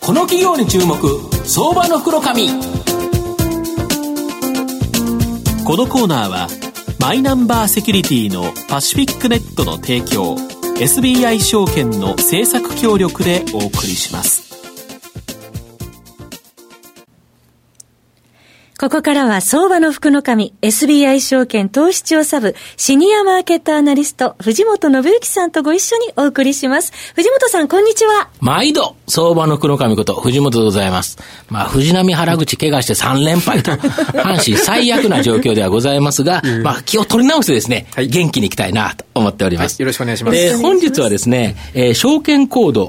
この企業に注目、相場の袋紙。このコーナーはマイナンバーセキュリティのパシフィックネットの提供、 SBI 証券の政策協力でお送りします。 ここからは相場の福の神 SBI 証券投資調査部シニアマーケットアナリスト藤本信之さんとご一緒にお送りします。藤本さん、こんにちは。 毎度相場の福の神こと藤本でございます。藤波原口怪我して3連敗と阪神最悪な状況ではございますが、気を取り直してですね、元気にいきたいなと思っております。 よろしくお願いします。 本日はですね、証券コード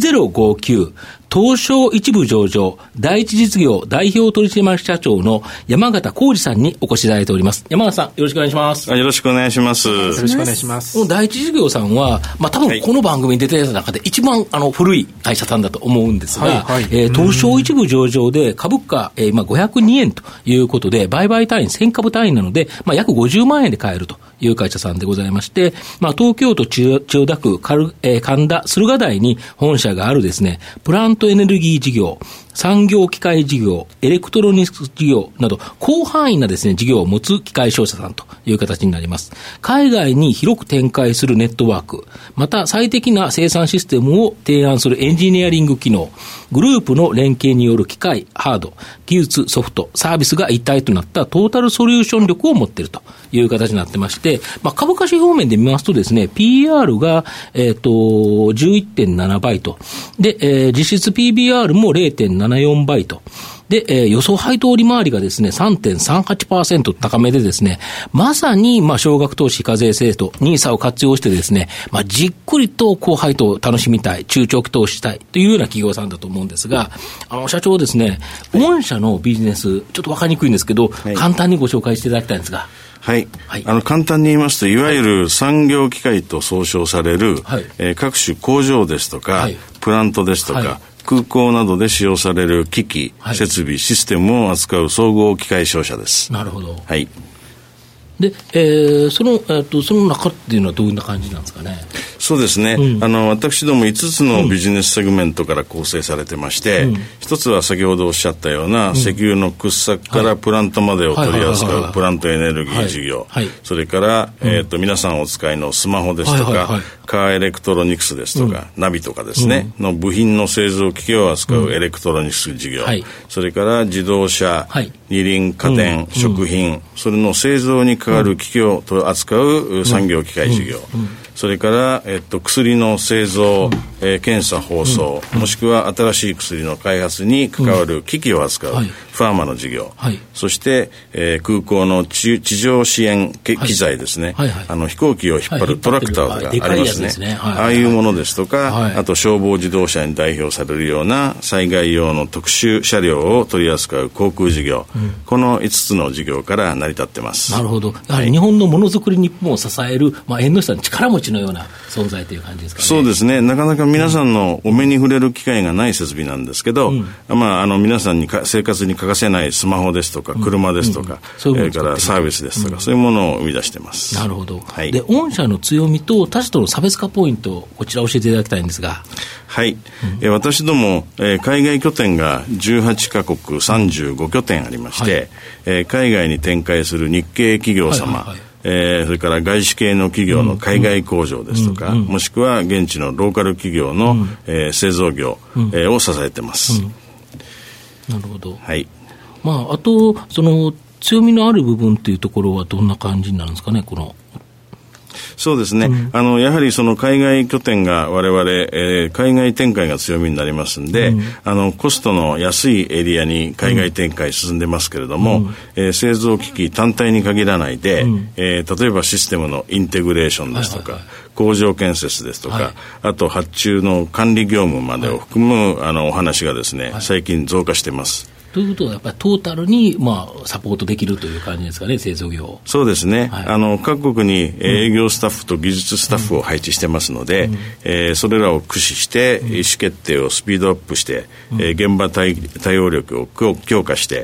8059東証一部上場第一実業代表取締役社長の山形浩二さんにお越しいただいております。山形さん、よろしくお願いします。 よろしくお願いします。 よろしくお願いします。 第一実業さんは、多分この番組に出ていた中で一番古い会社さんだと思うんですが、東証一部上場で株価、502円ということで、売買単位1000株単位なので、約50万円で買えるという会社さんでございまして、東京都千代田区神田駿河台に本社があるですね、プラントエネルギー事業、産業機械事業、エレクトロニクス事業など広範囲なですね、事業を持つ機械商社さんという形になります。海外に広く展開するネットワーク、また最適な生産システムを提案するエンジニアリング機能、グループの連携による機械、ハード、技術、ソフト、サービスが一体となったトータルソリューション力を持っているという形になってまして、株価指標面で見ますとですね、PER が、11.7 倍と。で、実質 PBR も 0.74 倍と。で、予想配当利回りがですね、3.38% 高めでですね、まさに、少額投資非課税制度、NISA を活用してですね、じっくりと高配当を楽しみたい、中長期投資したいというような企業さんだと思うんですが、社長ですね、御社のビジネス、ちょっとわかりにくいんですけど、簡単にご紹介していただきたいんですが。 はい。簡単に言いますと、いわゆる産業機械と総称される、各種工場ですとか、プラントですとか、空港などで使用される機器、設備、システムを扱う総合機械商社です。 なるほど。 はい。 で、その中っていうのはどんな感じなんですかね。 そうですね、私ども5つのビジネスセグメントから構成されてまして、一つは先ほどおっしゃったような、石油の掘削からプラントまでを取り扱うプラントエネルギー事業、それから、皆さんお使いのスマホですとか、カーエレクトロニクスですとか、ナビとかですね、の部品の製造機器を扱うエレクトロニクス事業、それから自動車、二輪家電、食品、それの製造に関わる機器を扱う産業機械事業、それから、薬の製造、検査包装、もしくは新しい薬の開発に関わる機器を扱う、ファーマの事業、そして、空港の地上支援機材ですね、飛行機を引っ張るトラクターがありますね、ああいうものですとか、あと消防自動車に代表されるような災害用の特殊車両を取り扱う航空事業、この5つの事業から成り立ってます。 なるほど。やはり日本のものづくり日本を支える、縁の下の力持ちのような存在という感じですかね。 そうですね。なかなか皆さんのお目に触れる機会がない設備なんですけど、皆さんに生活に欠かせないスマホですとか車ですとか、それからサービスですとか、そういうものを生み出しています。 なるほど。で、御社の強みと他社との差別化ポイント、こちら教えていただきたいんですが。 はい。私ども、海外拠点が18カ国35拠点ありまして、海外に展開する日系企業様、それから外資系の企業の海外工場ですとか、もしくは現地のローカル企業の、製造業、を支えてます。 なるほど。 はい。 あとその強みのある部分というところはどんな感じになるんですかね、この。 そうですね、やはりその海外拠点が我々、海外展開が強みになりますんで、コストの安いエリアに海外展開進んでますけれども、製造機器単体に限らないで、例えばシステムのインテグレーションですとか、工場建設ですとか、あと発注の管理業務までを含む、お話がですね、最近増加しています。 ということはやっぱりトータルに、サポートできるという感じですかね、製造業。 そうですね、各国に営業スタッフと技術スタッフを配置してますので、それらを駆使して意思決定をスピードアップして、現場対応力を強化して、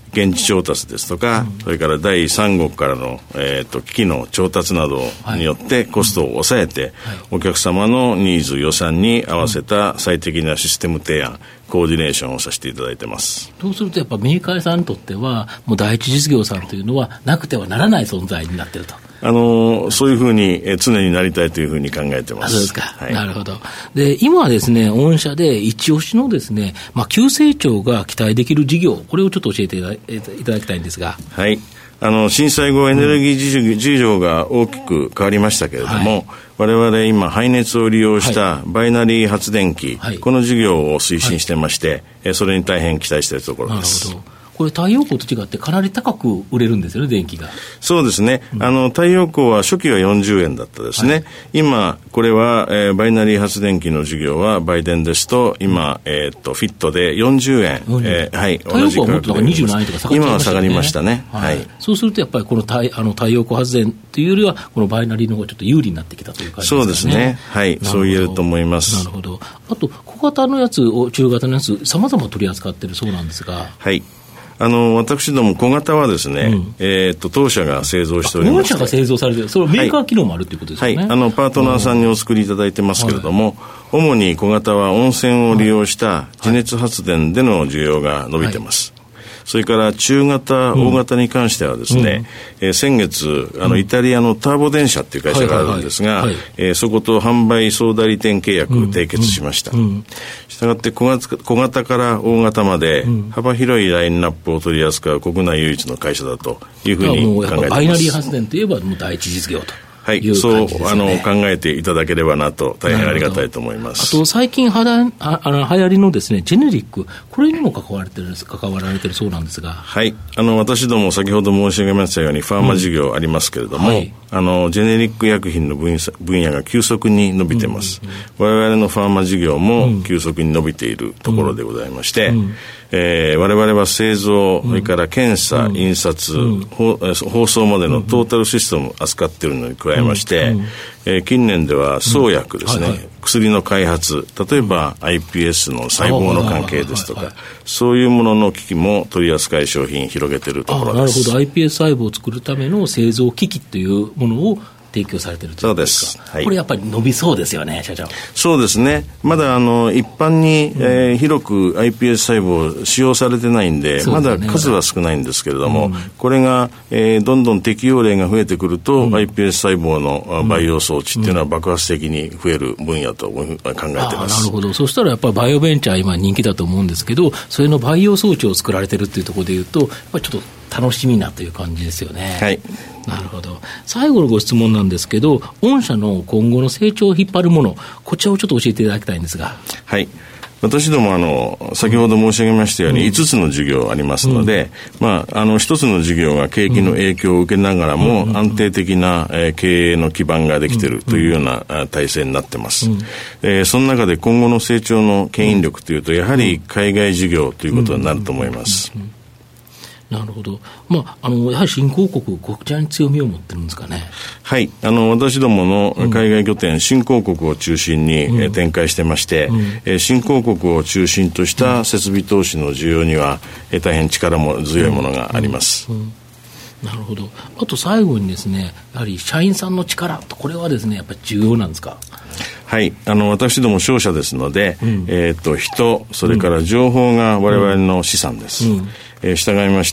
現地調達ですとか、それから第三国からの、機器の調達などによってコストを抑えて、お客様のニーズ予算に合わせた最適なシステム提案、コーディネーションをさせていただいてます。 そうするとやっぱメーカーさんにとってはもう第一実業さんというのはなくてはならない存在になっていると。 そういうふうに常になりたいというふうに考えてます。 そうですか、はい、なるほど。で今はですね、御社で一押しのですね、急成長が期待できる事業、これをちょっと教えていただきたいんですが。 はい、震災後エネルギー事情が大きく変わりましたけれども、我々今排熱を利用したバイナリー発電機、この事業を推進してまして、それに大変期待しているところです。 なるほど。これ太陽光と違ってかなり高く売れるんですよね、電気が。 そうですね、太陽光は初期は40円だったですね、今これは、バイナリー発電機の事業は売電ですと今、フィットで40円、 はい、太陽光はもっと27円とか下がっちゃいましたね。 今は下がりましたね、はい、 そうするとやっぱりこの太陽光発電というよりはこのバイナリーの方がちょっと有利になってきたという感じですかね。 そうですね、はい、そう言えると思います。 なるほど。あと小型のやつを中型のやつさまざま取り扱っているそうなんですが。 はい、私ども小型はですね、当社が製造しておりまして、 当社が製造されている、それメーカー機能もあるということですよね。 はい、パートナーさんにお作りいただいてますけれども、主に小型は温泉を利用した地熱発電での需要が伸びてます。それから中型、大型に関してはですね、先月イタリアのターボ電車っていう会社があるんですが、そこと販売総代理店契約締結しました。したがって小型から大型まで幅広いラインナップを取り扱う国内唯一の会社だというふうに考えています。 バイナリー発電といえばもう第一実業と。 はい、そう考えていただければなと大変ありがたいと思います。 あと最近流行りのですねジェネリック、これにも関わられてるそうなんですが。はい、 私ども先ほど申し上げましたようにファーマ事業ありますけれども、ジェネリック薬品の分野が急速に伸びてます。我々のファーマ事業も急速に伸びているところでございまして、我々は製造、それから検査、印刷、包装までのトータルシステムを扱っているのに加えまして、近年では創薬ですね、薬の開発、例えば iPS の細胞の関係ですとか、そういうものの機器も取り扱い商品広げているところです。 なるほど。 iPS 細胞を作るための製造機器というものを提供されているということですか。そうです、はい、これやっぱり伸びそうですよね、社長。 そうですね、まだ一般に、広く iPS 細胞使用されてないんで、まだ数は少ないんですけれども、これが、どんどん適用例が増えてくると、iPS 細胞の培養装置っていうのは爆発的に増える分野と考えています。 なるほど。そしたらやっぱりバイオベンチャー今人気だと思うんですけど、それの培養装置を作られてるっていうところでいうと、やっぱりちょっと楽しみなという感じですよね。 はい、 なるほど。最後のご質問なんですけど、御社の今後の成長を引っ張るもの、こちらをちょっと教えていただきたいんですが。 はい、私ども先ほど申し上げましたように5つの事業ありますので、1つの事業が景気の影響を受けながらも安定的な経営の基盤ができているというような体制になっています。その中で今後の成長の牽引力というと、やはり海外事業ということになると思います。 なるほど。やはり新興国、こちらに強みを持ってるんですかね。 はい、私どもの海外拠点、新興国を中心に、展開してまして、新興国を中心とした設備投資の需要には、大変力も強いものがあります。 なるほど。あと最後にですね、やはり社員さんの力と、これはですねやっぱり重要なんですか。 はい、私ども商社ですので、人、それから情報が我々の資産です。従いまして、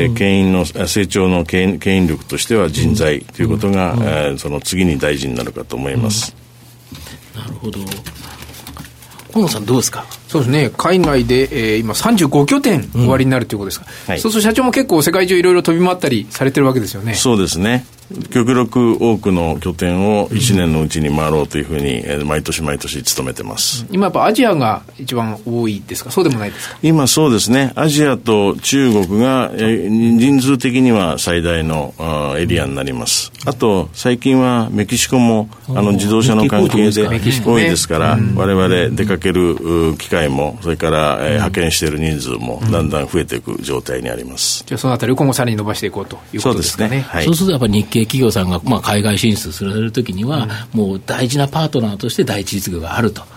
成長の牽引力としては人材ということが、その次に大事になるかと思います。 なるほど。河野さんどうですか。 そうですね、海外で、今35拠点終わりになるということですか。そうすると社長も結構世界中いろいろ飛び回ったりされてるわけですよね。 そうですね、極力多くの拠点を1年のうちに回ろうというふうに、毎年毎年努めてます。 今やっぱアジアが一番多いですか、そうでもないですか。 今そうですね、アジアと中国が、人数的には最大のエリアになります。あと最近はメキシコも自動車の関係で多いですから、我々出かける機会も、それから、派遣している人数もだんだん増えていく状態にあります。 じゃあそのあたりを今後さらに伸ばしていこうということですかね。 そうですね、はい、 そうするとやっぱり日系企業さんが、海外進出するときには、もう大事なパートナーとして第一実業があると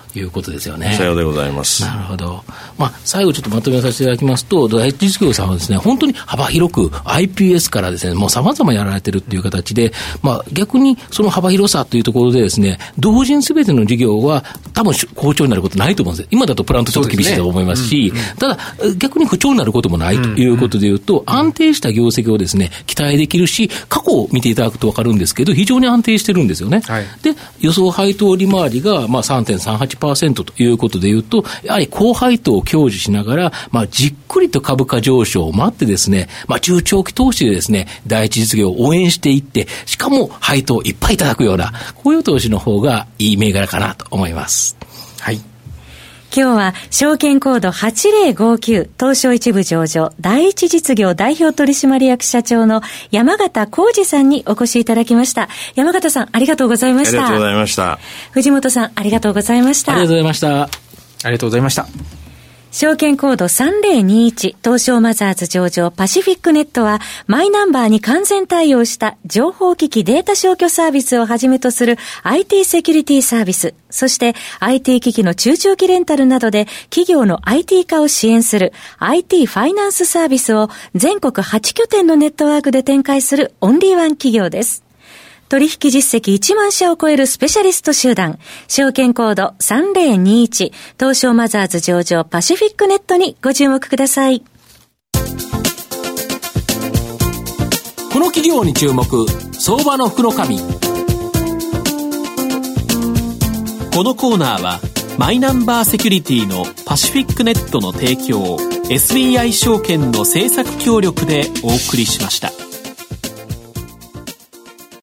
いうことですよね。 さようでございます。 なるほど。最後ちょっとまとめさせていただきますと、第一実業さんはですね、本当に幅広く iPS からですね、もう様々やられてるっていう形で、逆にその幅広さというところでですね、同時に全ての事業は多分好調になることないと思うんです。今だとプラントちょっと厳しいと思いますし、ただ逆に不調になることもないということでいうと、安定した業績をですね、期待できるし、過去を見ていただくと分かるんですけど、非常に安定してるんですよね。で、予想配当利回りが3.38% ということでいうと、やはり高配当を享受しながら、じっくりと株価上昇を待ってですね、中長期投資でですね、第一実業を応援していって、しかも配当をいっぱいいただくような、こういう投資の方がいい銘柄かなと思います。 はい。今日は証券コード8059東証一部上場第一実業代表取締役社長の山形浩二さんにお越しいただきました。山形さん、ありがとうございました。 ありがとうございました。 藤本さん、ありがとうございました。 ありがとうございました。 ありがとうございました。 証券コード3021東証マザーズ上場パシフィックネットはマイナンバーに完全対応した情報機器データ消去サービスをはじめとする IT セキュリティサービス、そして IT 機器の中長期レンタルなどで企業の IT 化を支援する IT ファイナンスサービスを全国8拠点のネットワークで展開するオンリーワン企業です。取引実績1万社を超えるスペシャリスト集団、証券コード3021東証マザーズ上場パシフィックネットにご注目ください。 この企業に注目、相場の福の神。 このコーナーはマイナンバーセキュリティのパシフィックネットの提供を SBI 証券の政策協力でお送りしました。